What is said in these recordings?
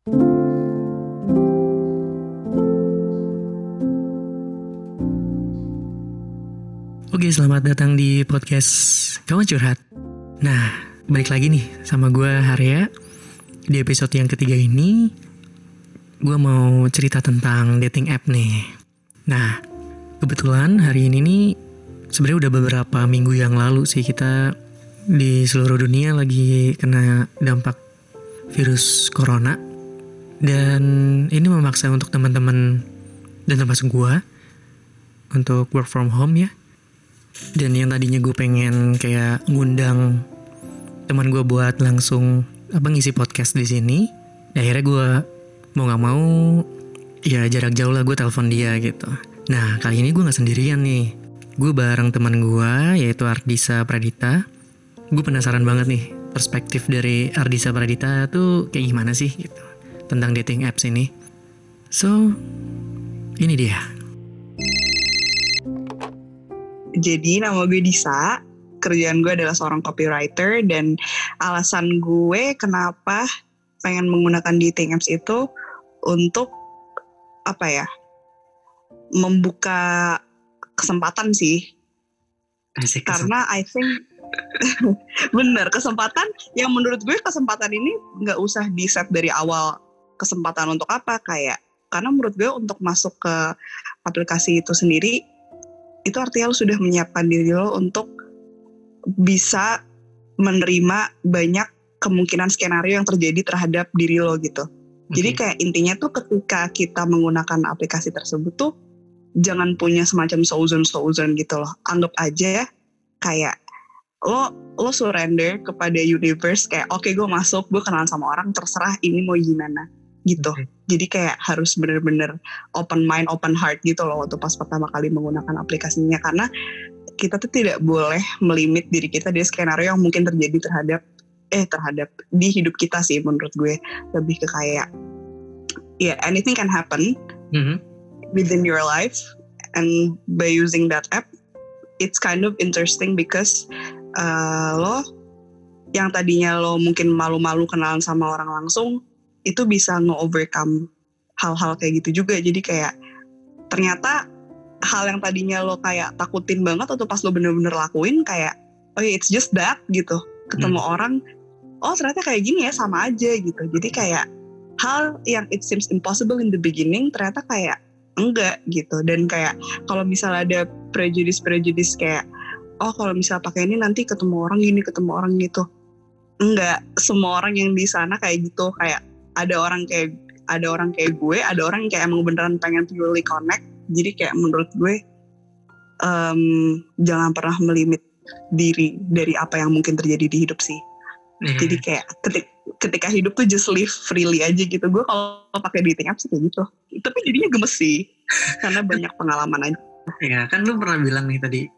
Oke, selamat datang di podcast Kawan Curhat. Nah, balik lagi nih sama gue Harya. Di episode yang ketiga ini, gue mau cerita tentang dating app nih. Nah, kebetulan hari ini nih, sebenarnya udah beberapa minggu yang lalu sih kita di seluruh dunia lagi kena dampak virus corona. Dan ini memaksa untuk teman-teman dan termasuk gue untuk work from home ya. Dan yang tadinya gue pengen kayak ngundang teman gue buat langsung ngisi podcast di sini, akhirnya gue mau nggak mau ya jarak jauh lah gue telepon dia gitu. Nah kali ini gue nggak sendirian nih, gue bareng teman gue yaitu Ardisa Pradita. Gue penasaran banget nih perspektif dari Ardisa Pradita tuh kayak gimana sih gitu tentang dating apps ini. So ini dia. Jadi nama gue Disa, kerjaan gue adalah seorang copywriter, dan alasan gue kenapa pengen menggunakan dating apps itu untuk membuka kesempatan sih. Karena I think bener, kesempatan yang menurut gue kesempatan ini gak usah di set dari awal. Kesempatan untuk apa? Karena menurut gue untuk masuk ke aplikasi itu sendiri, itu artinya lo sudah menyiapkan diri lo untuk bisa menerima banyak kemungkinan skenario yang terjadi terhadap diri lo gitu. Jadi kayak intinya tuh ketika kita menggunakan aplikasi tersebut tuh jangan punya semacam seuzon gitu loh. Anggap aja ya kayak lo surrender kepada universe, kayak oke, gue masuk, gue kenalan sama orang, terserah ini mau gimana gitu. Jadi kayak harus bener-bener open mind, open heart gitu loh waktu pas pertama kali menggunakan aplikasinya. Karena kita tuh tidak boleh melimit diri kita dari skenario yang mungkin terjadi terhadap di hidup kita sih menurut gue. Lebih ke kayak anything can happen within your life, and by using that app it's kind of interesting because lo yang tadinya lo mungkin malu-malu kenalan sama orang langsung, itu bisa nge-overcome hal-hal kayak gitu juga. Jadi kayak ternyata hal yang tadinya lo kayak takutin banget atau pas lo bener-bener lakuin kayak it's just that gitu. Ketemu orang, ternyata kayak gini ya, sama aja gitu. Jadi kayak hal yang it seems impossible in the beginning ternyata kayak enggak gitu. Dan kayak kalau misalnya ada prejudice kayak kalau misalnya pakai ini nanti ketemu orang gini, ketemu orang gitu. Enggak, semua orang yang di sana kayak gitu. Kayak ada orang kayak gue, ada orang yang kayak emang beneran pengen purely connect. Jadi kayak menurut gue jangan pernah melimit diri dari apa yang mungkin terjadi di hidup sih. Jadi kayak ketika hidup tuh just live freely aja gitu. Gue kalau pakai dating apps kayak gitu. Tapi jadinya gemes sih karena banyak pengalaman aja. Ya kan lu pernah bilang nih tadi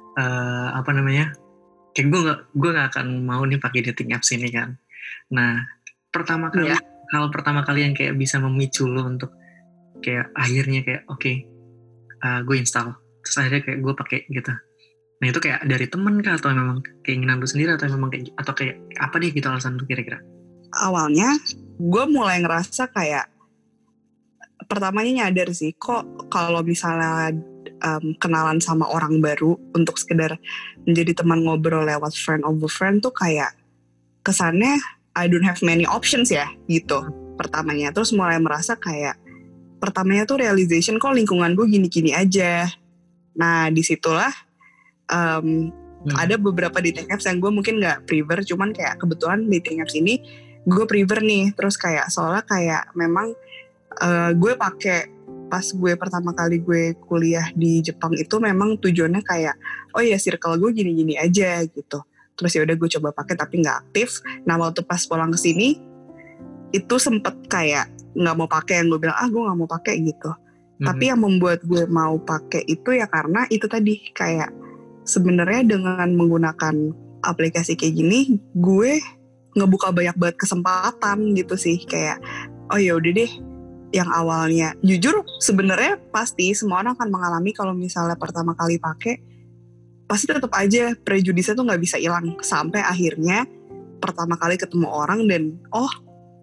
kayak gue gak akan mau nih pakai dating apps ini kan. Nah hal pertama kali yang kayak bisa memicu lo untuk kayak akhirnya kayak gue install, terus akhirnya kayak gue pakai gitu. Nah itu kayak dari temen kah atau memang keinginan lu sendiri atau memang kayak apa deh gitu alasan lu kira-kira? Awalnya gue mulai ngerasa kayak pertamanya nyadar sih kok kalau misalnya kenalan sama orang baru untuk sekedar menjadi teman ngobrol lewat friend over friend tuh kayak kesannya I don't have many options ya gitu pertamanya. Terus mulai merasa kayak pertamanya tuh realization kok lingkungan gue gini-gini aja. Nah disitulah ada beberapa dating apps yang gue mungkin gak prefer, cuman kayak kebetulan dating apps ini gue prefer nih. Terus kayak soalnya kayak memang gue pakai pas gue pertama kali gue kuliah di Jepang itu memang tujuannya kayak circle gue gini-gini aja gitu. Terus ya udah gue coba pakai tapi nggak aktif. Nah waktu pas pulang ke sini itu sempet kayak nggak mau pakai, yang gue bilang gue nggak mau pakai gitu. Tapi yang membuat gue mau pakai itu ya karena itu tadi kayak sebenarnya dengan menggunakan aplikasi kayak gini gue ngebuka banyak banget kesempatan gitu sih. Kayak ya udah deh, yang awalnya jujur sebenarnya pasti semua orang akan mengalami kalau misalnya pertama kali pakai pasti tetap aja prejudisnya tuh nggak bisa hilang sampai akhirnya pertama kali ketemu orang dan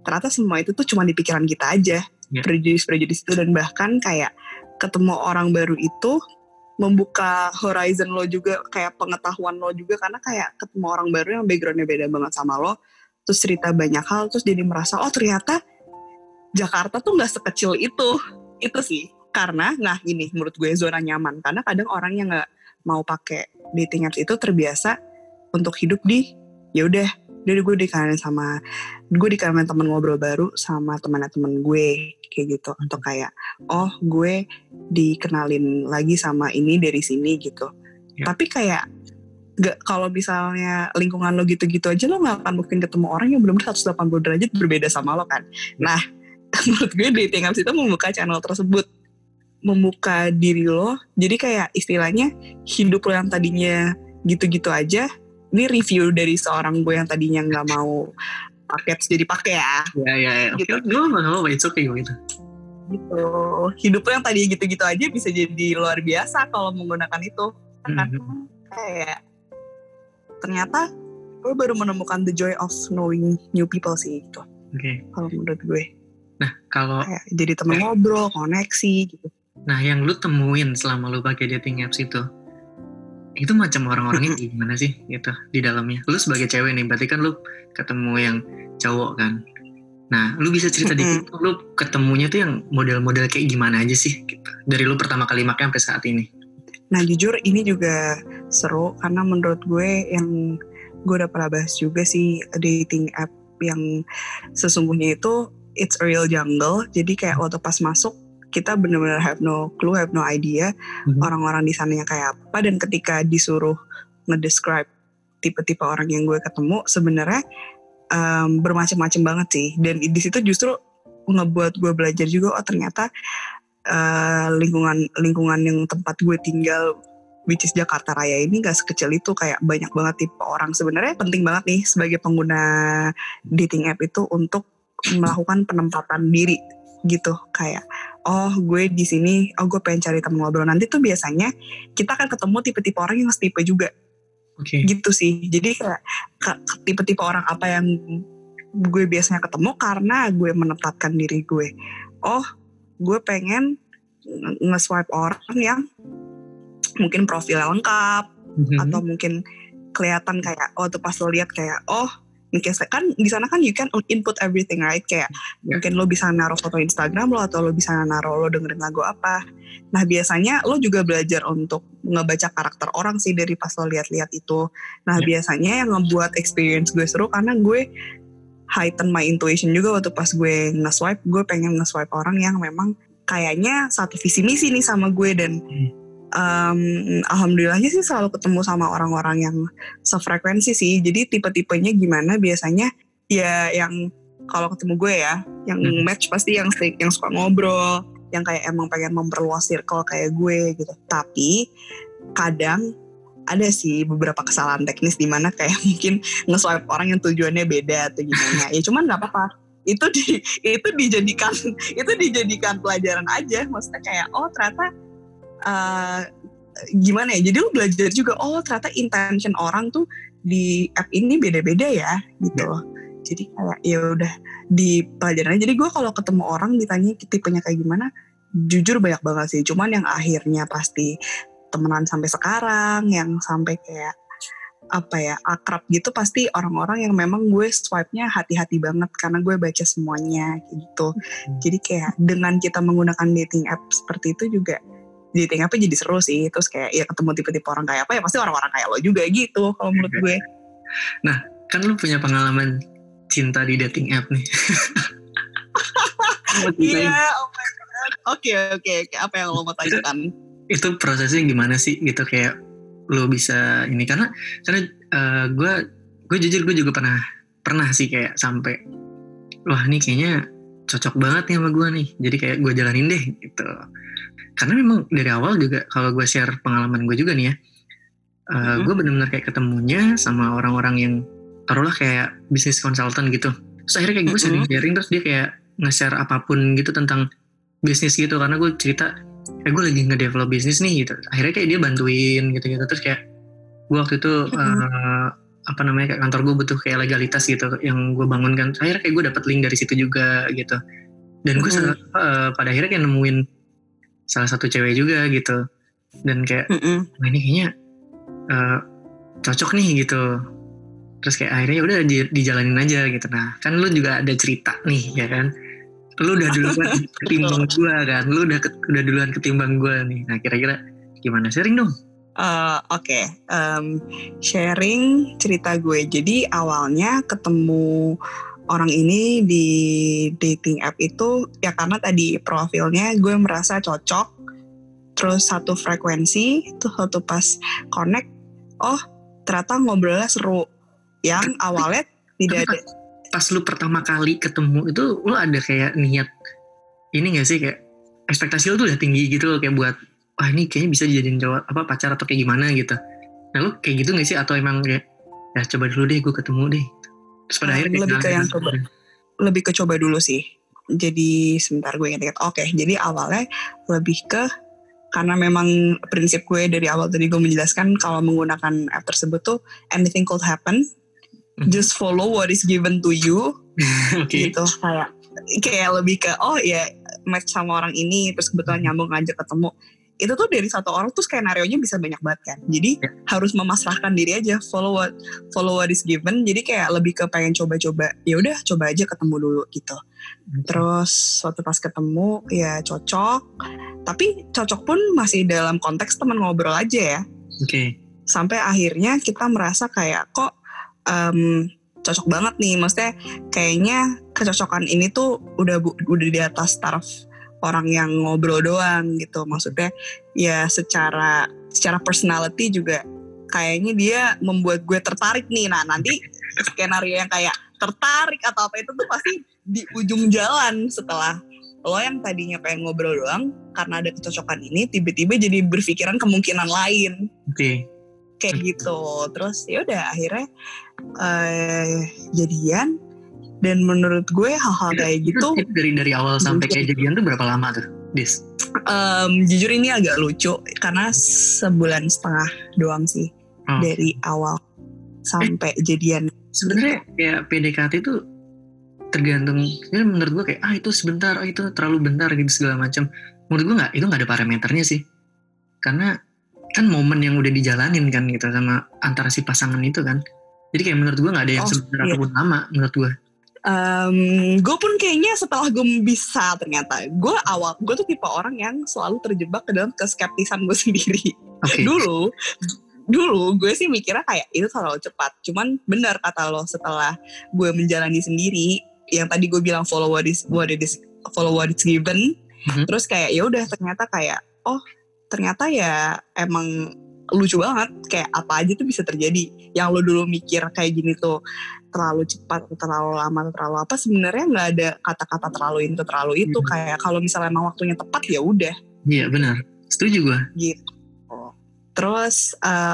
ternyata semua itu tuh cuma di pikiran kita aja, prejudice itu. Dan bahkan kayak ketemu orang baru itu membuka horizon lo juga, kayak pengetahuan lo juga, karena kayak ketemu orang baru yang backgroundnya beda banget sama lo, terus cerita banyak hal, terus jadi merasa oh ternyata Jakarta tuh nggak sekecil itu sih. Karena nah ini menurut gue zona nyaman, karena kadang orang yang nggak mau pakai dating apps itu terbiasa untuk hidup di ya udah gue dikenalin teman ngobrol baru sama teman gue kayak gitu, atau kayak oh gue dikenalin lagi sama ini dari sini gitu. Tapi kayak gak, kalau misalnya lingkungan lo gitu-gitu aja, lo gak akan mungkin ketemu orang yang benar-benar 180 derajat berbeda sama lo kan. Nah menurut gue dating apps itu membuka channel tersebut, membuka diri lo, jadi kayak istilahnya hidup lo yang tadinya gitu-gitu aja, ini review dari seorang gue yang tadinya nggak mau pakai jadi pakai ya. Ya. Gitu. Gue nggak mau, it's okay gitu. Gitu. Hidup lo yang tadinya gitu-gitu aja bisa jadi luar biasa kalau menggunakan itu. Kan kayak ternyata gue baru menemukan the joy of knowing new people sih gitu. Kalau menurut gue. Nah kalau kayak jadi teman ngobrol, koneksi gitu. Nah yang lu temuin selama lu pakai dating apps itu macam orang-orangnya gimana sih gitu di dalamnya? Lu sebagai cewek nih, berarti kan lu ketemu yang cowok kan. Nah, lu bisa cerita dikit, lu ketemunya tuh yang model-model kayak gimana aja sih gitu. Dari lu pertama kali makan sampai saat ini. Nah, jujur ini juga seru karena menurut gue yang gue udah pernah bahas juga sih, dating app yang sesungguhnya itu it's a real jungle. Jadi kayak waktu pas masuk kita benar-benar have no clue, have no idea orang-orang di sananya kayak apa, dan ketika disuruh ngedescribe tipe-tipe orang yang gue ketemu sebenarnya bermacam-macam banget sih. Dan di situ justru ngebuat gue belajar juga, oh ternyata lingkungan yang tempat gue tinggal, which is Jakarta Raya ini gak sekecil itu, kayak banyak banget tipe orang. Sebenarnya penting banget nih sebagai pengguna dating app itu untuk melakukan penempatan diri gitu, kayak oh gue di sini, oh gue pengen cari teman ngobrol. Nanti tuh biasanya kita akan ketemu tipe-tipe orang yang setipe juga, gitu sih. Jadi kayak tipe-tipe orang apa yang gue biasanya ketemu karena gue menempatkan diri gue. Oh gue pengen nge-swipe orang yang mungkin profilnya lengkap, atau mungkin kelihatan kayak oh tuh pas lo lihat kayak oh kan di sana kan you can input everything right, kayak mungkin lo bisa naruh foto Instagram lo, atau lo bisa naruh lo dengerin lagu apa. Nah biasanya lo juga belajar untuk ngebaca karakter orang sih dari pas lo lihat-lihat itu. Nah biasanya yang ngebuat experience gue seru karena gue heighten my intuition juga waktu pas gue nge-swipe. Gue pengen nge-swipe orang yang memang kayaknya satu visi misi nih sama gue, dan alhamdulillahnya sih selalu ketemu sama orang-orang yang sefrekuensi sih. Jadi tipe-tipenya gimana biasanya ya, yang kalau ketemu gue ya yang match pasti yang suka ngobrol, yang kayak emang pengen memperluas circle kayak gue gitu. Tapi kadang ada sih beberapa kesalahan teknis di mana kayak mungkin nge-swipe orang yang tujuannya beda atau gimana. Ya cuman nggak apa-apa. Itu dijadikan pelajaran aja. Maksudnya kayak oh ternyata gimana ya, jadi lu belajar juga oh ternyata intention orang tuh di app ini beda-beda ya gitu loh. Jadi kayak ya udah di pelajarannya. Jadi gue kalau ketemu orang ditanya tipenya kayak gimana, jujur banyak banget sih. Cuman yang akhirnya pasti temenan sampai sekarang, yang sampai kayak apa ya akrab gitu, pasti orang-orang yang memang gue swipe-nya hati-hati banget karena gue baca semuanya gitu. Jadi kayak dengan kita menggunakan dating app seperti itu juga, dating app jadi seru sih. Terus kayak ya ketemu tipe-tipe orang kayak apa ya pasti orang-orang kayak lo juga gitu kalau menurut gue. Nah kan lo punya pengalaman cinta di dating app nih. Iya, oh my god. Oke. Apa yang lo mau tanyakan? Itu prosesnya gimana sih gitu, kayak lo bisa ini, karena gue jujur gue juga pernah sih kayak sampai wah ini kayaknya cocok banget nih sama gue nih, jadi kayak gue jalanin deh gitu. Karena memang dari awal juga kalau gue share pengalaman gue juga nih ya, gue benar-benar kayak ketemunya sama orang-orang yang taruhlah kayak bisnis consultant gitu. Terus akhirnya kayak gue sering sharing, terus dia kayak nge-share apapun gitu tentang bisnis gitu, karena gue cerita gue lagi nge-develop bisnis nih gitu. Akhirnya kayak dia bantuin gitu-gitu. Terus kayak gue waktu itu apa namanya, kayak kantor gue butuh kayak legalitas gitu yang gue bangun kan. Akhirnya kayak gue dapet link dari situ juga gitu. Dan gue pada akhirnya kayak nemuin salah satu cewek juga gitu. Dan kayak ini kayaknya cocok nih gitu. Terus kayak akhirnya ya udah dijalanin aja gitu. Nah kan lu juga ada cerita nih ya kan. Lu udah duluan ketimbang gue kan. Lu udah duluan ketimbang gue nih. Nah kira-kira gimana, sharing dong? Oke. Sharing cerita gue. Jadi awalnya ketemu orang ini di dating app itu ya karena tadi profilnya gue merasa cocok, terus satu frekuensi, tuh satu pas connect, oh ternyata ngobrolnya seru. Yang awalnya tidak ada. Pas lu pertama kali ketemu itu lu ada kayak niat ini gak sih, kayak ekspektasi lu tuh udah tinggi gitu kayak buat wah ini kayaknya bisa dijadiin pacar atau kayak gimana gitu. Nah lu kayak gitu gak sih, atau emang kayak ya coba dulu deh gue ketemu deh. Terus pada akhirnya lebih ke coba dulu sih. Jadi sebentar gue ingat. Oke, jadi awalnya lebih ke karena memang prinsip gue dari awal tadi gue menjelaskan kalau menggunakan app tersebut tuh anything could happen. Just follow what is given to you. Okay. Gitu kayak lebih ke oh ya match sama orang ini terus kebetulan nyambung ngajak ketemu. Itu tuh dari satu orang tuh skenario-nya bisa banyak banget kan. Jadi harus memasrahkan diri aja, follow what is given. Jadi kayak lebih ke pengen coba-coba. Ya udah coba aja ketemu dulu gitu. Terus waktu pas ketemu ya cocok. Tapi cocok pun masih dalam konteks teman ngobrol aja ya. Oke. Sampai akhirnya kita merasa kayak kok cocok banget nih. Maksudnya kayaknya kecocokan ini tuh udah di atas taraf orang yang ngobrol doang gitu. Maksudnya ya secara personality juga kayaknya dia membuat gue tertarik nih. Nah nanti skenario yang kayak tertarik atau apa itu tuh pasti di ujung jalan setelah lo yang tadinya pengen ngobrol doang karena ada kecocokan ini tiba-tiba jadi berpikiran kemungkinan lain. Oke. Kayak gitu. Terus ya udah akhirnya jadian. Dan menurut gue hal-hal kayak gitu dari awal sampai kayak jadian tuh berapa lama tuh, Dis? Jujur ini agak lucu karena 1,5 bulan doang sih dari awal sampai jadian. Sebenarnya kayak PDKT itu tergantung. Menurut gue kayak itu sebentar, itu terlalu bentar gitu segala macam. Menurut gue itu nggak ada parameternya sih, karena kan momen yang udah dijalanin kan gitu sama antara si pasangan itu kan. Jadi kayak menurut gue nggak ada yang sebentar ataupun lama menurut gue. Gue pun kayaknya setelah gue bisa ternyata gue tuh tipe orang yang selalu terjebak ke dalam keskeptisan gue sendiri. Okay. Dulu gue sih mikirnya kayak itu terlalu cepat. Cuman benar kata lo, setelah gue menjalani sendiri yang tadi gue bilang follow what is given. Terus kayak ya udah ternyata kayak ternyata ya emang lucu banget, kayak apa aja tuh bisa terjadi. Yang lo dulu mikir kayak gini tuh terlalu cepat, terlalu lama, terlalu apa, sebenarnya nggak ada kata-kata terlalu itu. Kayak kalau misalnya emang waktunya tepat ya udah. Iya benar, setuju gue. Gitu. Terus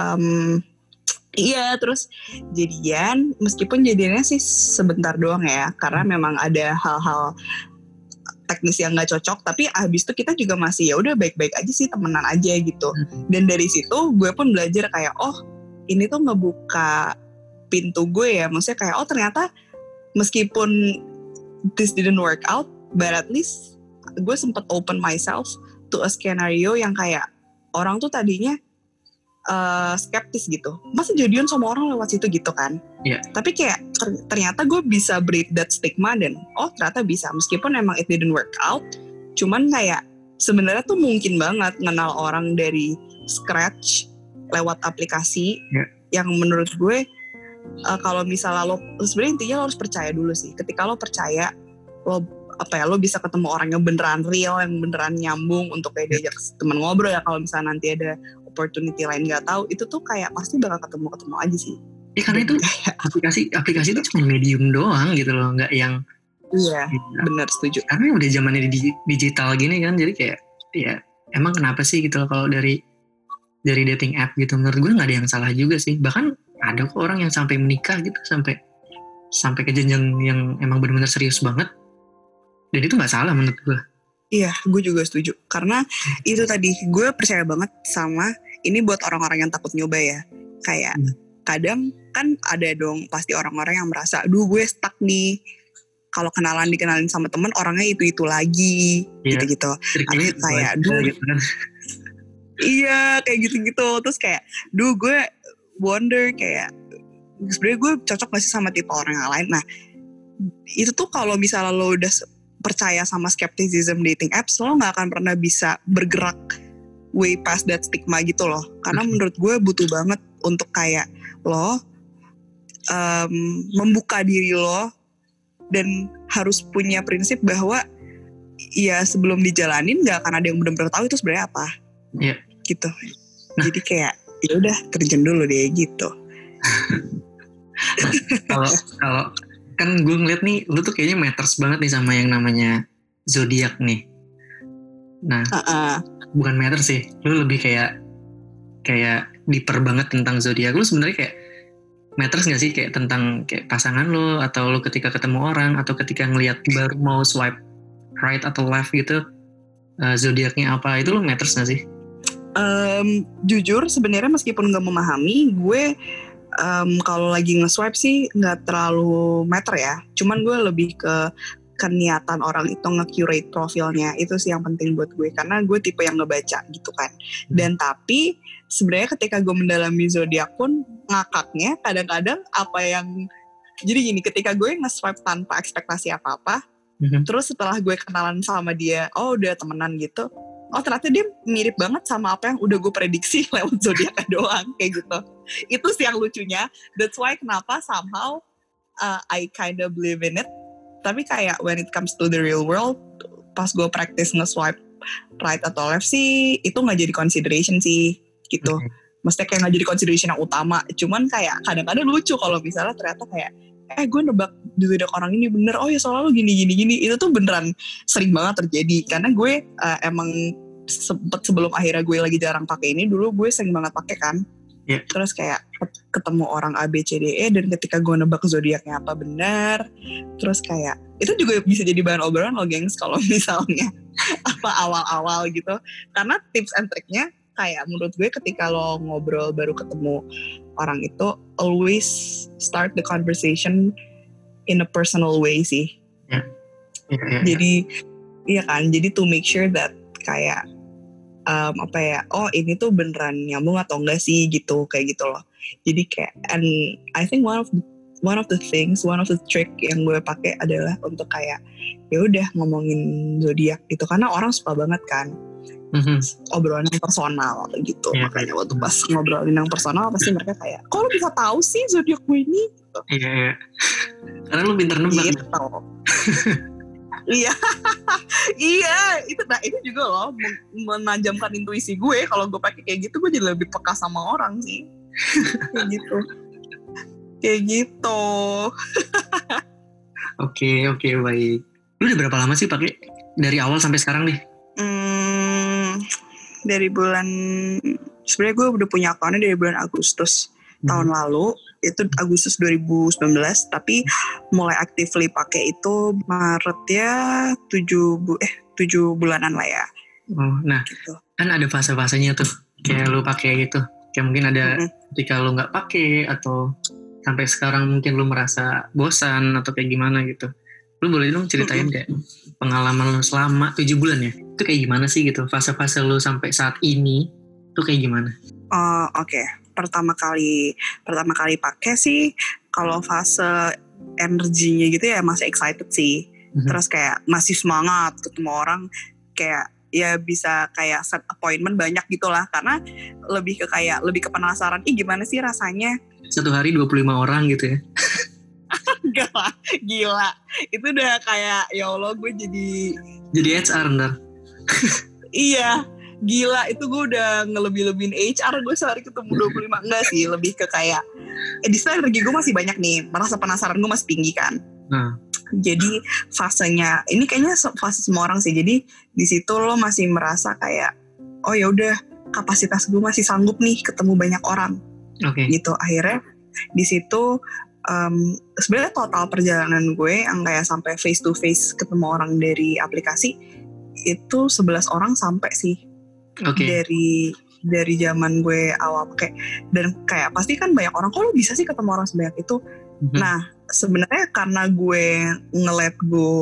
terus jadian, meskipun jadiannya sih sebentar doang ya, karena memang ada hal-hal teknis yang nggak cocok, tapi abis itu kita juga masih ya udah baik-baik aja sih, temenan aja gitu. Dan dari situ gue pun belajar kayak ini tuh ngebuka pintu gue ya, maksudnya kayak ternyata meskipun this didn't work out, but at least gue sempet open myself to a scenario yang kayak orang tuh tadinya skeptis gitu, masa jadian sama orang lewat situ gitu kan. Tapi kayak ternyata gue bisa break that stigma dan ternyata bisa, meskipun emang it didn't work out, cuman kayak sebenarnya tuh mungkin banget kenal orang dari scratch lewat aplikasi. Yang menurut gue kalau misalnya lo sebenarnya intinya lo harus percaya dulu sih. Ketika lo percaya, lo bisa ketemu orang yang beneran real, yang beneran nyambung untuk kayak diajak teman ngobrol ya. Kalau misalnya nanti ada opportunity lain nggak tahu, itu tuh kayak pasti bakal ketemu aja sih. Karena itu aplikasi itu cuma medium doang gitu loh, nggak yang. Iya, benar, setuju. Karena udah zamannya digital gini kan, jadi kayak ya emang kenapa sih gitu loh kalau dari dating app gitu. Menurut gue nggak ada yang salah juga sih. Bahkan ada kok orang yang sampai menikah gitu, sampai ke jenjang yang emang benar-benar serius banget. Dan itu nggak salah menurut gue. Iya, gue juga setuju. Karena itu tadi, gue percaya banget sama, ini buat orang-orang yang takut nyoba ya. Kayak kadang kan ada dong pasti orang-orang yang merasa, duh gue stuck nih. Kalau dikenalin sama temen orangnya itu lagi, gitu-gitu. Atau kayak, iya kayak gitu-gitu. Terus kayak, duh gue wonder kayak, sebenarnya gue cocok gak sih sama tipe orang yang lain. Nah, itu tuh kalau misalnya lo udah percaya sama skepticism dating apps, lo gak akan pernah bisa bergerak way past that stigma gitu loh. Karena menurut gue butuh banget untuk kayak lo membuka diri lo, dan harus punya prinsip bahwa ya sebelum dijalanin gak akan ada yang benar-benar tahu itu sebenarnya apa. Iya. Gitu. Nah. Jadi kayak ya udah terjun dulu deh gitu. Kalau kan gue ngeliat nih lu tuh kayaknya matters banget nih sama yang namanya zodiak nih. Nah, bukan matter sih. Lu lebih kayak deeper banget tentang zodiak. Lu sebenarnya kayak matters nggak sih kayak tentang kayak pasangan lo, atau lo ketika ketemu orang, atau ketika ngelihat baru mau swipe right atau left gitu, zodiaknya apa, itu lo matters nggak sih? Jujur sebenarnya meskipun nggak memahami, gue kalau lagi nge-swipe sih nggak terlalu matter ya. Cuman gue lebih ke niatan orang itu nge-curate profilnya, itu sih yang penting buat gue, karena gue tipe yang ngebaca gitu kan. Dan tapi sebenarnya ketika gue mendalami zodiak pun ngakaknya kadang-kadang apa yang jadi gini, ketika gue nge-swipe tanpa ekspektasi apa-apa, terus setelah gue kenalan sama dia, oh udah temenan gitu, oh ternyata dia mirip banget sama apa yang udah gue prediksi lewat zodiaknya doang, kayak gitu. Itu sih yang lucunya. That's why kenapa somehow I kind of believe in it. Tapi kayak when it comes to the real world, pas gue practice nge-swipe right atau left sih, itu gak jadi consideration sih, gitu. Maksudnya kayak gak jadi consideration yang utama. Cuman kayak kadang-kadang lucu kalau misalnya ternyata kayak, gue nebak di zodiak orang ini bener, oh ya soalnya lu gini. Itu tuh beneran sering banget terjadi. Karena gue emang sebelum akhirnya gue lagi jarang pakai ini, dulu gue sering banget pakai kan. Yeah. Terus kayak ketemu orang A, B, C, D, E, dan ketika gue nebak zodiaknya apa benar, terus kayak itu juga bisa jadi bahan obrolan lo gengs kalau misalnya apa awal-awal gitu. Karena tips and triknya kayak menurut gue ketika lo ngobrol baru ketemu orang itu, always start the conversation in a personal way sih. Yeah. Jadi iya kan, jadi to make sure that kayak oh ini tuh beneran nyambung atau enggak sih gitu, kayak gitu loh. Jadi kayak, and I think one of the trick yang gue pakai adalah untuk kayak ya udah ngomongin zodiak gitu, karena orang suka banget kan obrolan yang personal gitu. Makanya waktu pas ngobrolin yang personal pasti mereka kayak, kok lo bisa tahu sih zodiak gue ini? Gitu. Iya. Karena lo pintar nebak. Gitu. Iya, iya, itu juga loh menajamkan intuisi gue. Kalau gue pakai kayak gitu, gue jadi lebih peka sama orang sih. Kayak gitu. Oke, baik. Lu udah berapa lama sih pakai dari awal sampai sekarang nih? Dari bulan, sebenarnya gue udah punya akunnya dari bulan Agustus tahun lalu. Itu Agustus 2019, tapi mulai actively pakai itu Maret ya 7 bulanan lah ya. Oh, nah gitu. Kan ada fase-fasenya tuh, kayak lu pakai gitu. Kayak mungkin ada ketika lu nggak pakai, atau sampai sekarang mungkin lu merasa bosan atau kayak gimana gitu. Lu boleh dong ceritain kayak pengalaman lu selama 7 bulan ya? Itu kayak gimana sih gitu? Fase-fase lu sampai saat ini tuh kayak gimana? Oke. Pertama kali pakai sih, kalau fase energinya gitu ya masih excited sih. Terus kayak masih semangat ketemu orang, kayak ya bisa kayak set appointment banyak gitulah, karena lebih ke penasaran, gimana sih rasanya satu hari 25 orang gitu ya. Enggak lah, gila. Itu udah kayak ya Allah, gue jadi HR ntar. Iya, gila, itu gue udah ngelebih-lebihin HR, gue sehari ketemu 25. Enggak sih, lebih ke kayak di sana energi gue masih banyak nih, merasa penasaran gue masih tinggi kan. Jadi fasenya ini kayaknya fase semua orang sih. Jadi di situ lo masih merasa kayak, oh ya udah, kapasitas gue masih sanggup nih ketemu banyak orang. Gitu. Akhirnya di situ sebenarnya total perjalanan gue yang kayak sampai face to face ketemu orang dari aplikasi itu 11 orang sampai sih. Dari dari zaman gue awal pakai, dan kayak pasti kan banyak orang, kok lo bisa sih ketemu orang sebanyak itu. Nah sebenarnya karena gue ngeliat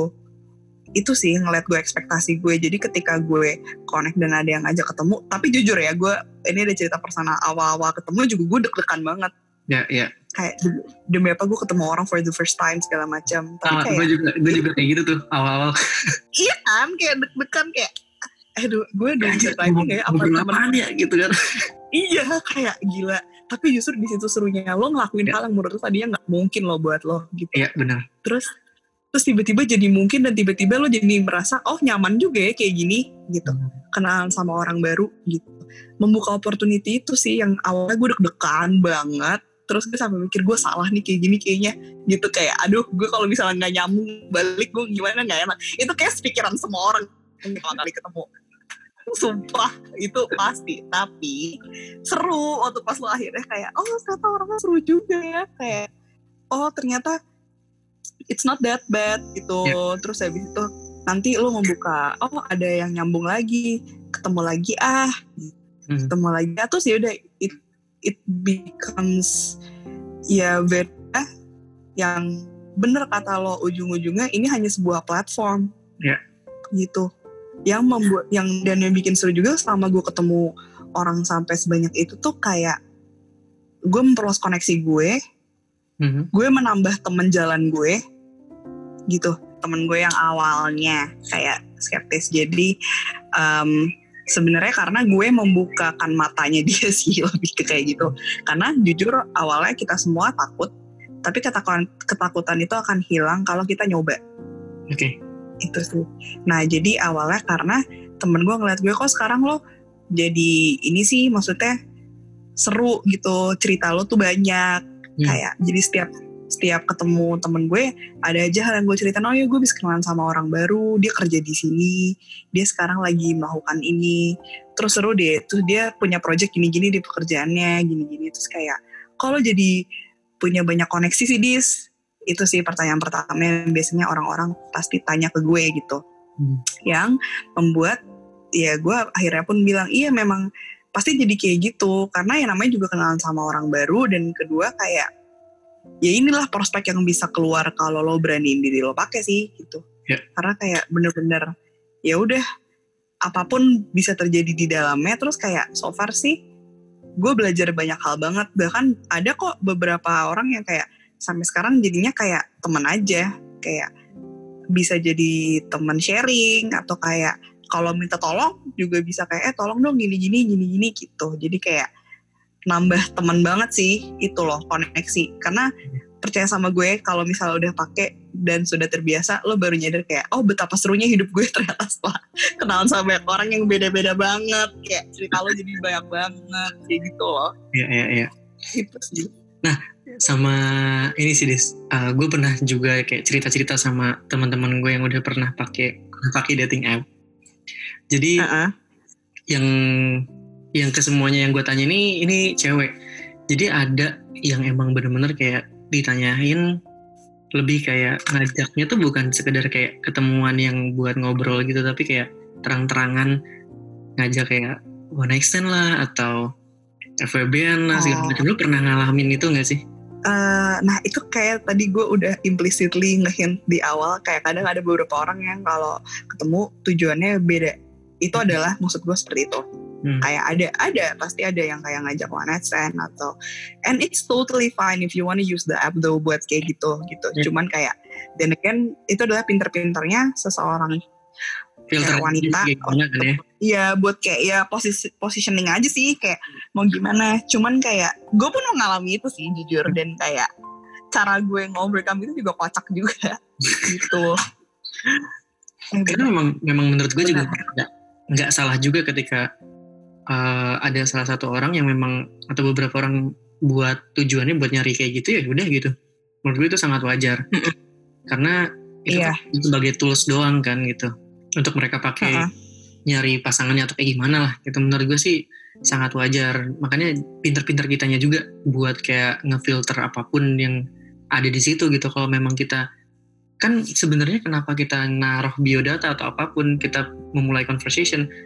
ekspektasi gue, jadi ketika gue connect dan ada yang ngajak ketemu, tapi jujur ya gue ini ada cerita personal, awal-awal ketemu juga gue deg-degan banget. Ya. Kayak demi apa gue ketemu orang for the first time segala macam. Tapi kayak gue juga kayak gitu tuh awal-awal. Iya kan, kayak deg-degan kayak aduh gue udah ceritain ya apa teman ya gitu kan. Iya kayak gila, tapi justru di situ serunya lo ngelakuin hal yang menurut lo tadinya nggak mungkin lo buat lo gitu. Iya benar. Terus tiba-tiba jadi mungkin, dan tiba-tiba lo jadi merasa oh nyaman juga ya kayak gini gitu, kenalan sama orang baru gitu, membuka opportunity itu sih yang awalnya gue deg-degan banget. Terus gue sampai mikir gue salah nih kayak gini kayaknya gitu, kayak aduh gue kalau misalnya nggak nyambung balik gue gimana, nggak enak. Itu kayak pikiran semua orang yang pertama kali ketemu, sumpah itu pasti. Tapi seru waktu pas lo akhirnya kayak oh ternyata orangnya seru juga ya, kayak oh ternyata it's not that bad gitu. Terus habis itu nanti lo membuka, oh ada yang nyambung lagi, ketemu lagi ketemu lagi, terus ya udah it becomes very yang bener kata lo, ujung-ujungnya ini hanya sebuah platform gitu, yang membuat yang bikin seru juga selama gue ketemu orang sampai sebanyak itu tuh kayak gue memperluas koneksi gue, gue menambah teman jalan gue gitu, temen gue yang awalnya kayak skeptis jadi sebenarnya karena gue membukakan matanya dia sih, lebih ke kayak gitu. Karena jujur awalnya kita semua takut, tapi ketakutan itu akan hilang kalau kita nyoba. Oke. Itu sih. Nah jadi awalnya karena temen gue ngeliat gue kok sekarang lo jadi ini sih, maksudnya seru gitu, cerita lo tuh banyak. Kayak jadi setiap ketemu temen gue ada aja hal yang gue ceritain, oh ya gue bisa kenalan sama orang baru, dia kerja di sini, dia sekarang lagi melakukan ini, terus seru deh, terus dia punya project gini-gini di pekerjaannya, gini-gini, terus kayak kalau jadi punya banyak koneksi sih Dis, itu sih pertanyaan pertama yang biasanya orang-orang pasti tanya ke gue gitu, yang membuat ya gue akhirnya pun bilang iya memang pasti jadi kayak gitu, karena yang namanya juga kenalan sama orang baru, dan kedua kayak ya inilah prospek yang bisa keluar kalau lo beraniin diri lo pakai sih gitu. Karena kayak bener-bener ya udah apapun bisa terjadi di dalamnya. Terus kayak so far sih gue belajar banyak hal banget, bahkan ada kok beberapa orang yang kayak sampai sekarang jadinya kayak teman aja, kayak bisa jadi teman sharing, atau kayak kalau minta tolong juga bisa kayak tolong dong gini-gini gitu. Jadi kayak nambah teman banget sih itu loh, koneksi. Karena percaya sama gue kalau misalnya udah pakai dan sudah terbiasa, lo baru nyadar kayak oh betapa serunya hidup gue ternyata setelah kenalan sama banyak orang yang beda-beda banget, kayak cerita lo jadi banyak banget kayak gitu loh. Iya. Itu sih. Nah sama ini sih Des, gue pernah juga kayak cerita-cerita sama teman-teman gue yang udah pernah pakai dating app. Jadi yang ke semuanya yang gue tanya ini cewek. Jadi ada yang emang bener-bener kayak ditanyain, lebih kayak ngajaknya tuh bukan sekedar kayak ketemuan yang buat ngobrol gitu, tapi kayak terang-terangan ngajak kayak one night stand lah atau FWB-an lah segala macam. Lu pernah ngalamin itu gak sih? Nah itu kayak tadi gue udah implicitly nge-hint di awal, kayak kadang ada beberapa orang yang kalau ketemu tujuannya beda. Itu adalah maksud gue seperti itu. Kayak ada pasti ada yang kayak ngajak one night stand atau, and it's totally fine if you want to use the app though buat kayak gitu. Cuman kayak then again itu adalah pinter-pinternya seseorang kayak wanita ya buat kayak ya positioning aja sih, kayak mau gimana. Cuman kayak gue pun mengalami itu sih jujur, dan kayak cara gue ngobrol itu juga kocak juga gitu. Karena memang menurut gue juga nggak salah juga ketika ada salah satu orang yang memang atau beberapa orang buat tujuannya buat nyari kayak gitu, ya udah gitu. Menurut gue itu sangat wajar. Karena itu sebagai tools doang kan gitu, untuk mereka pakai nyari pasangannya atau kayak gimana lah gitu. Menurut gue sih sangat wajar. Makanya pinter-pinter kitanya juga buat kayak ngefilter apapun yang ada di situ gitu. Kalau memang kita kan sebenarnya kenapa kita naruh biodata atau apapun kita memulai conversation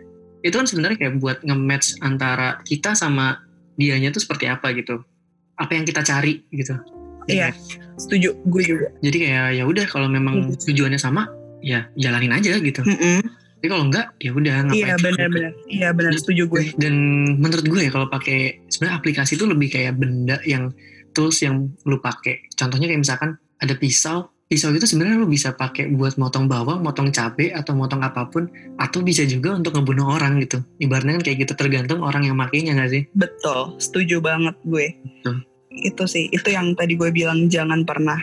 itu kan sebenarnya kayak buat nge-match antara kita sama dianya tuh seperti apa gitu, apa yang kita cari gitu. Iya, setuju, gue juga. Jadi kayak ya udah kalau memang tujuannya sama, ya jalanin aja gitu. Tapi kalau enggak, ya udah ngapain. Iya benar-benar. Iya benar, setuju gue. Dan menurut gue ya kalau pakai sebenarnya aplikasi itu lebih kayak benda yang tools yang lu pakai. Contohnya kayak misalkan ada pisau. Pisau itu sebenarnya lu bisa pakai buat motong bawang, motong cabai atau motong apapun, atau bisa juga untuk ngebunuh orang gitu. Ibaratnya kan kayak gitu, tergantung orang yang makainya nggak sih? Betul, setuju banget gue. Itu sih, itu yang tadi gue bilang, jangan pernah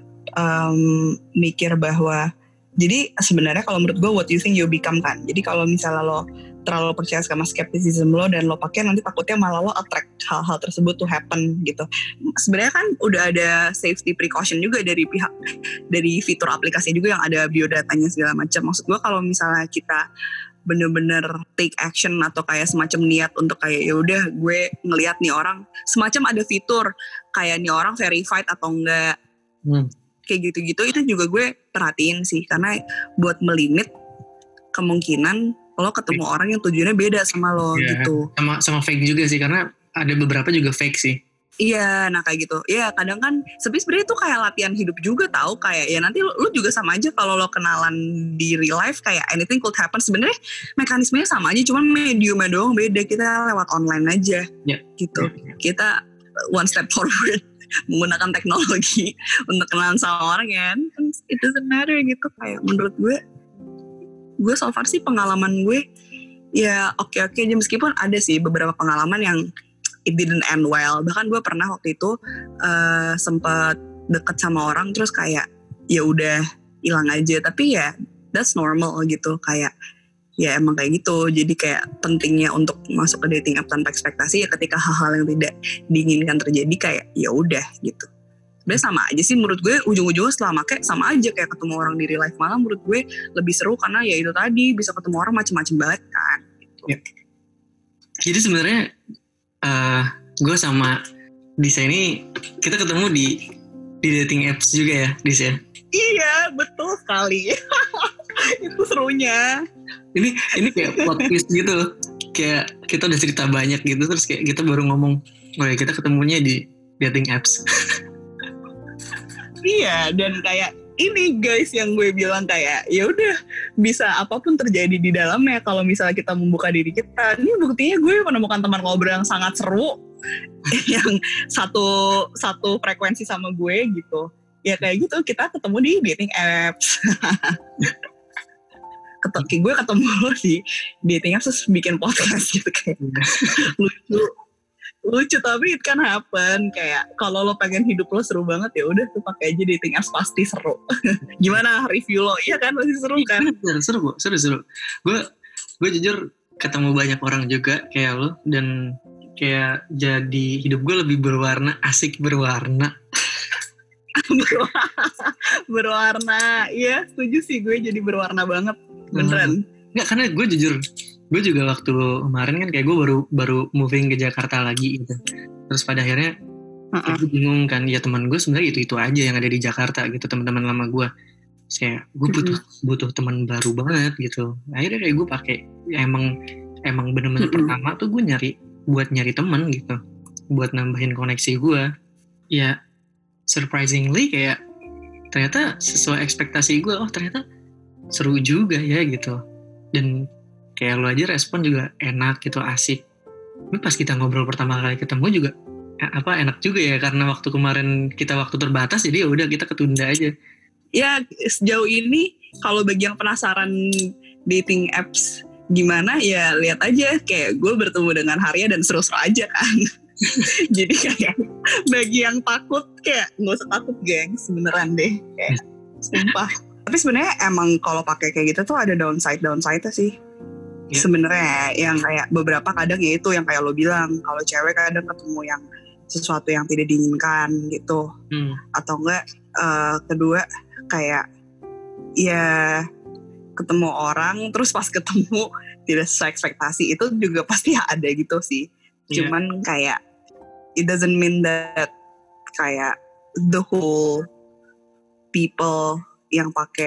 mikir bahwa, jadi sebenarnya kalau menurut gue what you think you become kan. Jadi kalau misalnya lo terlalu percaya sama skepticism lo dan lo pakai, nanti takutnya malah lo attract hal-hal tersebut to happen gitu. Sebenarnya kan udah ada safety precaution juga dari fitur aplikasi juga yang ada biodatanya segala macam. Maksud gue kalau misalnya kita bener-bener take action atau kayak semacam niat untuk kayak ya udah gue ngelihat nih orang, semacam ada fitur kayak nih orang verified atau enggak, kayak gitu-gitu, itu juga gue perhatiin sih, karena buat melimit kemungkinan lo ketemu orang yang tujuannya beda sama lo gitu. Sama fake juga sih, karena ada beberapa juga fake sih. Iya, nah kayak gitu. Iya, kadang kan sebenarnya itu kayak latihan hidup juga, tahu, kayak ya nanti lu juga sama aja kalau lo kenalan di real life, kayak anything could happen. Sebenarnya mekanismenya sama aja, cuman mediumnya doang beda. Kita lewat online aja, gitu. Kita one step forward menggunakan teknologi untuk kenalan sama orang ya. It doesn't matter gitu. Kayak menurut gue so far sih pengalaman gue ya oke aja, meskipun ada sih beberapa pengalaman yang it didn't end well. Bahkan gue pernah waktu itu sempat deket sama orang terus kayak ya udah hilang aja, tapi ya that's normal gitu, kayak ya emang kayak gitu. Jadi kayak pentingnya untuk masuk ke dating app tanpa ekspektasi ya ketika hal-hal yang tidak diinginkan terjadi, kayak ya udah gitu. Sebenarnya sama aja sih menurut gue, ujung-ujungnya setelah make sama aja kayak ketemu orang di real life. Malah menurut gue lebih seru karena ya itu tadi bisa ketemu orang macam-macam banget kan gitu. Jadi sebenarnya gue sama Disa ini kita ketemu di dating apps juga ya, Dis ya? Iya, betul sekali. Itu serunya. Ini kayak plot twist gitu. Kayak kita udah cerita banyak gitu, terus kayak kita baru ngomong, oh ya kita ketemunya di dating apps. Iya, dan kayak ini guys yang gue bilang kayak ya udah bisa apapun terjadi di dalamnya kalau misalnya kita membuka diri kita. Ini buktinya gue menemukan teman ngobrol yang sangat seru, yang satu frekuensi sama gue gitu. Ya kayak gitu, kita ketemu di dating apps. Gue ketemu lo di dating apps terus bikin podcast gitu, kayak lucu tapi it can happen. Kayak kalau lo pengen hidup lo seru banget ya udah tuh pakai aja dating apps, pasti seru. Gimana review lo? Iya kan, pasti seru kan? Seru. Gue jujur ketemu banyak orang juga kayak lo, dan kayak jadi hidup gue lebih berwarna, asik berwarna. Berwarna, iya setuju sih, gue jadi berwarna banget beneran. Nggak, karena gue jujur, gue juga waktu kemarin kan kayak gue baru moving ke Jakarta lagi gitu. Terus pada akhirnya gue bingung kan, ya teman gue sebenarnya itu aja yang ada di Jakarta gitu, teman-teman lama gue. Saya gue butuh teman baru banget gitu. Akhirnya kayak gue pakai ya emang bener-bener pertama tuh gue nyari teman gitu, buat nambahin koneksi gue. Ya surprisingly kayak ternyata sesuai ekspektasi gue, oh ternyata seru juga ya gitu. Dan kayak lo aja respon juga enak gitu, asik. Tapi pas kita ngobrol pertama kali ketemu juga enak juga ya, karena waktu kemarin kita waktu terbatas, jadi ya udah kita ketunda aja. Ya sejauh ini kalau bagi yang penasaran dating apps gimana ya lihat aja, kayak gue bertemu dengan Haria dan seru-seru aja kan. Jadi kayak bagi yang takut kayak nggak usah takut gengs, beneran deh, kayak sumpah. Tapi sebenarnya emang kalau pakai kayak gitu tuh ada downside-nya sih. Sebenarnya yang kayak beberapa kadang ya itu yang kayak lo bilang, kalau cewek kadang ketemu yang sesuatu yang tidak diinginkan gitu. Atau enggak kedua kayak ya ketemu orang terus pas ketemu tidak sesuai ekspektasi, itu juga pasti ada gitu sih. Cuman kayak it doesn't mean that kayak the whole people yang pakai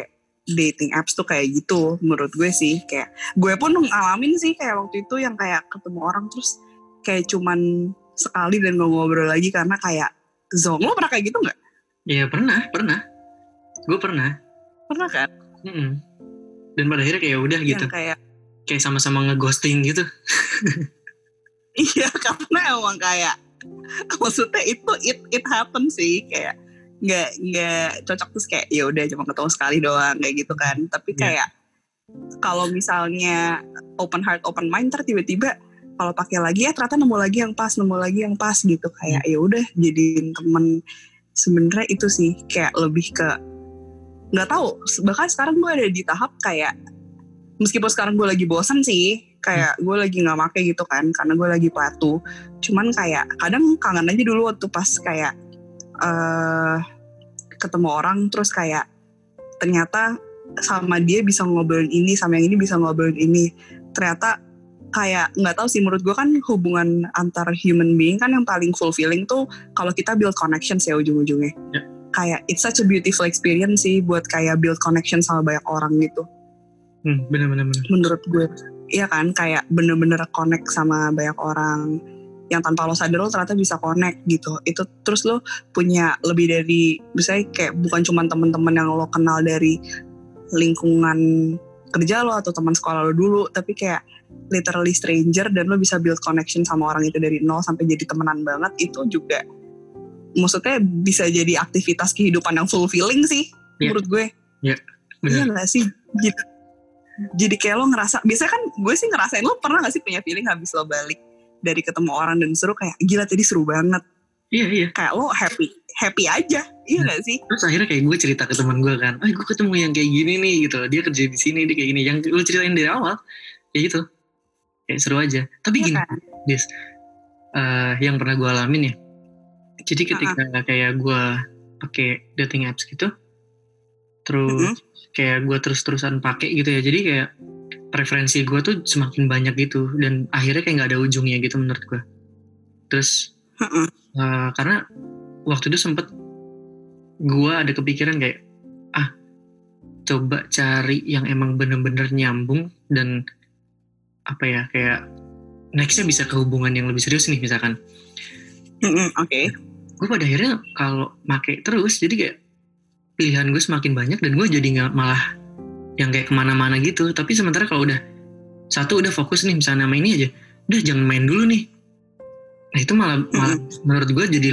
dating apps tuh kayak gitu menurut gue sih. Kayak gue pun ngalamin sih kayak waktu itu yang kayak ketemu orang terus kayak cuman sekali dan gak ngobrol lagi karena kayak zonk. Lo pernah kayak gitu gak? Iya pernah. Gue pernah. Pernah kan? Dan pada akhirnya kayak udah gitu. Yang kayak sama-sama ngeghosting gitu. Iya karena emang kayak maksudnya itu it happen sih, kayak nggak cocok, terus kayak ya udah cuma ketemu sekali doang kayak gitu kan. Tapi kayak kalau misalnya open heart open mind tiba-tiba kalau pakai lagi ternyata nemu lagi yang pas gitu, kayak ya udah jadiin temen. Sebenarnya itu sih kayak lebih ke nggak tahu, bahkan sekarang gue ada di tahap kayak meskipun sekarang gue lagi bosan sih, kayak gue lagi nggak make gitu kan karena gue lagi patuh. Cuman kayak kadang kangen aja dulu waktu pas kayak ketemu orang terus kayak ternyata sama dia bisa ngobrolin ini, sama yang ini bisa ngobrolin ini. Ternyata kayak nggak tahu sih, menurut gue kan hubungan antar human being kan yang paling fulfilling tuh kalau kita build connections ya ujung-ujungnya. Kayak it's such a beautiful experience sih buat kayak build connection sama banyak orang gitu. Bener-bener. Menurut gue, iya kan, kayak bener-bener connect sama banyak orang yang tanpa lo sadar lo ternyata bisa connect gitu. Itu terus lo punya lebih dari, misalnya kayak bukan cuma teman-teman yang lo kenal dari lingkungan kerja lo atau teman sekolah lo dulu, tapi kayak literally stranger dan lo bisa build connection sama orang itu dari nol sampai jadi temenan banget. Itu juga maksudnya bisa jadi aktivitas kehidupan yang fulfilling sih menurut gue. Iya, benar. Iya gak sih? Jadi kayak lo ngerasa, biasanya kan gue sih ngerasain, lo pernah gak sih punya feeling habis lo balik dari ketemu orang dan seru kayak gila tadi seru banget. Iya. Kayak lo happy aja, iya gak sih? Terus akhirnya kayak gue cerita ke teman gue kan, gue ketemu yang kayak gini nih gitu, dia kerja di sini, dia kayak gini, yang lo ceritain dari awal, kayak gitu, kayak seru aja. Tapi gini, Des, yang pernah gue alamin ya, jadi ketika kayak gue pakai dating apps gitu, terus kayak gue terus-terusan pakai gitu ya, jadi kayak preferensi gue tuh semakin banyak gitu, dan akhirnya kayak nggak ada ujungnya gitu menurut gue. Terus karena waktu itu sempet gue ada kepikiran kayak coba cari yang emang bener-bener nyambung dan apa ya, kayak nextnya bisa ke hubungan yang lebih serius nih misalkan. Oke. Gue pada akhirnya kalau make terus jadi kayak pilihan gue semakin banyak dan gue jadi nggak malah yang kayak kemana-mana gitu. Tapi sementara kalau udah fokus nih misalnya nama ini aja, udah jangan main dulu nih. Nah itu malah menurut gue jadi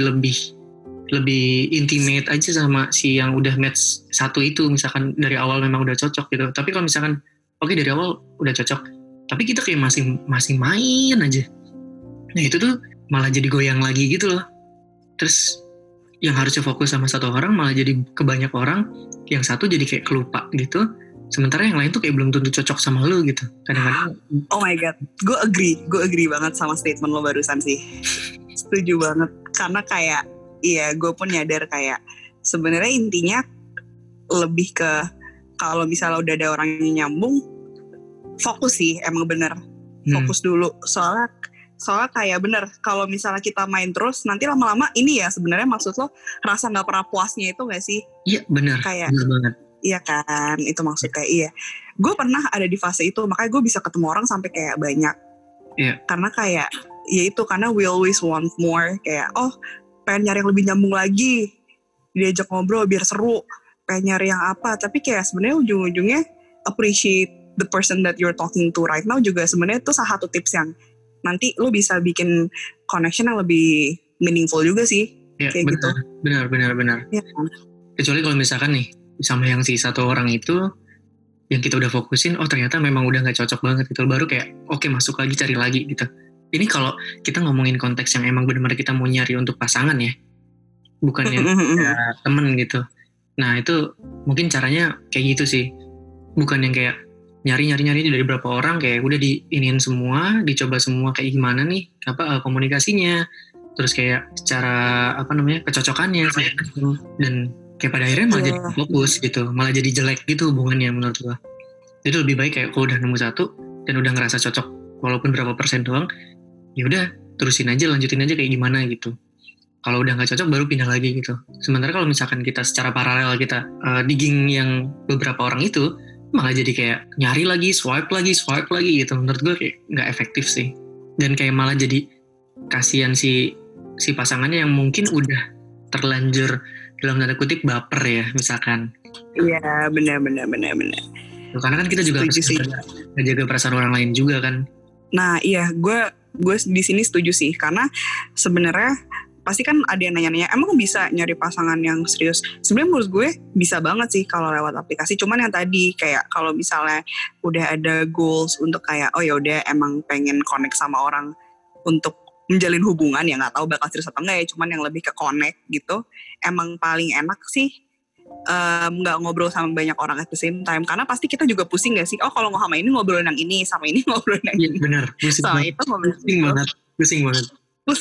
lebih intimate aja sama si yang udah match satu itu, misalkan dari awal memang udah cocok gitu. Tapi kalau misalkan oke, dari awal udah cocok, tapi kita kayak masih main aja, nah itu tuh malah jadi goyang lagi gitu loh. Terus yang harusnya fokus sama satu orang malah jadi ke banyak orang, yang satu jadi kayak kelupa gitu, sementara yang lain tuh kayak belum tentu cocok sama lo gitu kadang-kadang. Oh my god, gue agree banget sama statement lo barusan sih. Setuju banget, karena kayak iya, gue pun nyadar kayak sebenarnya intinya lebih ke kalau misalnya udah ada orang yang nyambung, fokus sih, emang bener fokus dulu. Soalnya kayak bener kalau misalnya kita main terus nanti lama-lama ini ya sebenarnya maksud lo rasa nggak pernah puasnya itu nggak sih? Iya benar. Kayak bener banget. Iya kan, itu maksudnya iya. Gue pernah ada di fase itu, makanya gue bisa ketemu orang sampai kayak banyak. Iya. Karena kayak ya itu, karena we always want more, kayak pengen nyari yang lebih nyambung lagi, diajak ngobrol biar seru, pengen nyari yang apa. Tapi kayak sebenarnya ujung-ujungnya appreciate the person that you're talking to right now juga sebenarnya itu salah satu tips yang nanti lo bisa bikin connection yang lebih meaningful juga sih. Ya, kayak gitu. Benar. Ya kan? Kecuali kalau misalkan nih sama yang si satu orang itu yang kita udah fokusin, ternyata memang udah nggak cocok banget gitu, baru kayak oke, masuk lagi, cari lagi gitu. Ini kalau kita ngomongin konteks yang emang benar-benar kita mau nyari untuk pasangan ya, bukan yang temen gitu. Nah itu mungkin caranya kayak gitu sih, bukan yang kayak nyari dari beberapa orang, kayak udah diinin semua, dicoba semua kayak gimana nih komunikasinya, terus kayak secara kecocokannya dan kayak pada akhirnya malah jadi fokus gitu, malah jadi jelek gitu hubungannya menurut gua. Jadi lebih baik kayak kalau udah nemu satu dan udah ngerasa cocok walaupun berapa persen doang, ya udah terusin aja, lanjutin aja kayak gimana gitu. Kalau udah nggak cocok baru pindah lagi gitu. Sementara kalau misalkan kita secara paralel kita digging yang beberapa orang itu, malah jadi kayak nyari lagi, swipe lagi gitu. Menurut gue kayak nggak efektif sih. Dan kayak malah jadi kasihan si pasangannya yang mungkin udah terlanjur dalam tanda kutip baper ya misalkan. Iya, benar. Karena kan kita juga harus ngejaga perasaan orang lain juga kan. Nah iya, gue di sini setuju sih, karena sebenarnya pasti kan ada yang nanya-nanya, emang bisa nyari pasangan yang serius? Sebenarnya menurut gue bisa banget sih kalau lewat aplikasi. Cuman yang tadi kayak kalau misalnya udah ada goals untuk kayak oh ya udah emang pengen connect sama orang untuk menjalin hubungan, ya nggak tahu bakal serius atau enggak ya. Cuman yang lebih ke connect gitu, emang paling enak sih nggak ngobrol sama banyak orang at the same time, karena pasti kita juga pusing gak sih, oh kalau sama ini ngobrolin yang ini, sama ini ngobrolin yang ini, bener, sama itu ngobrolin pusing banget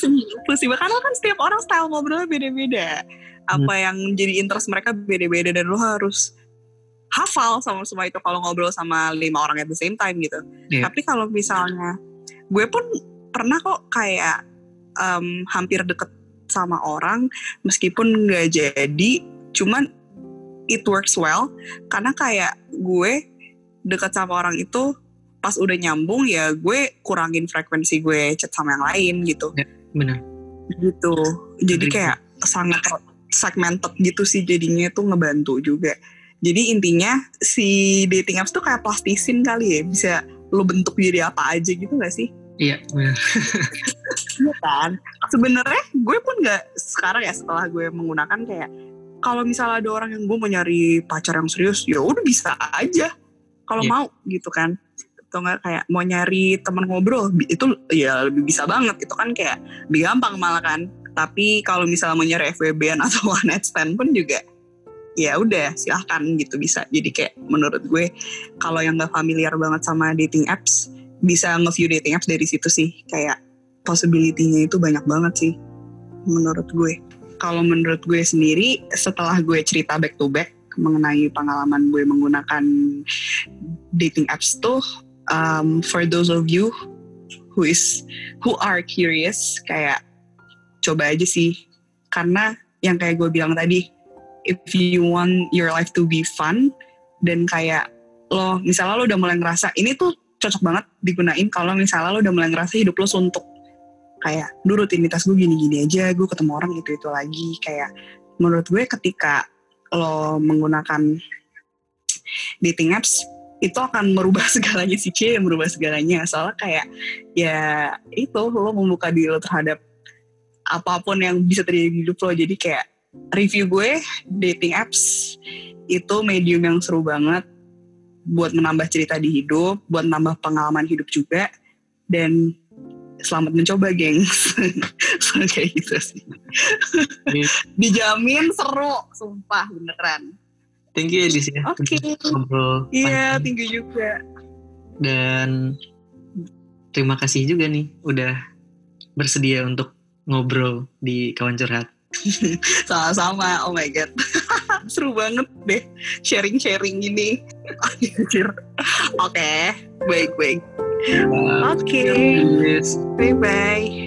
karena kan setiap orang style ngobrolnya beda-beda, apa yang jadi interest mereka beda-beda, dan lo harus hafal sama semua itu kalau ngobrol sama 5 orang at the same time gitu. Tapi kalau misalnya gue pun pernah kok kayak hampir deket sama orang meskipun nggak jadi, cuman it works well karena kayak gue deket sama orang itu pas udah nyambung ya gue kurangin frekuensi gue chat sama yang lain gitu. Ya, benar. Gitu. Jadi kayak sangat segmented gitu sih, jadinya tuh ngebantu juga. Jadi intinya si dating apps tuh kayak plastisin kali ya, bisa lo bentuk jadi apa aja gitu gak sih? Iya, benar. Iya kan? Sebenarnya gue pun gak sekarang ya, setelah gue menggunakan kayak kalau misalnya ada orang yang gue mau nyari pacar yang serius, ya udah bisa aja kalau mau gitu kan. Atau nggak kayak mau nyari teman ngobrol, itu ya lebih bisa banget, itu kan kayak lebih gampang malah kan. Tapi kalau misalnya mau nyari FWB-an atau one night stand pun juga ya udah silahkan gitu, bisa. Jadi kayak menurut gue kalau yang nggak familiar banget sama dating apps, bisa nge-view dating apps dari situ sih. Kayak possibility-nya itu banyak banget sih menurut gue. Kalau menurut gue sendiri, setelah gue cerita back to back mengenai pengalaman gue menggunakan dating apps tuh, for those of you who are curious, kayak coba aja sih. Karena yang kayak gue bilang tadi, if you want your life to be fun, dan kayak lo, misalnya lo udah mulai ngerasa ini tuh cocok banget digunain kalau misalnya lo udah mulai ngerasa hidup lo suntuk. Kayak dulu rutinitas gue gini-gini aja, gue ketemu orang itu lagi. Kayak menurut gue ketika lo menggunakan dating apps, itu akan merubah segalanya sih, merubah segalanya. Soalnya kayak ya itu lo membuka diri lo terhadap apapun yang bisa terjadi di hidup lo. Jadi kayak review gue, dating apps itu medium yang seru banget buat menambah cerita di hidup, buat menambah pengalaman hidup juga. Dan selamat mencoba, gengs. Kayak gitu sih. Dijamin seru, sumpah beneran. Thank you Edis ya. Oke. Iya, thank you juga. Dan terima kasih juga nih udah bersedia untuk ngobrol di Kawan Curhat. Sama-sama, oh my god. Seru banget deh sharing-sharing gini. Oke, baik. Oke. Bye-bye.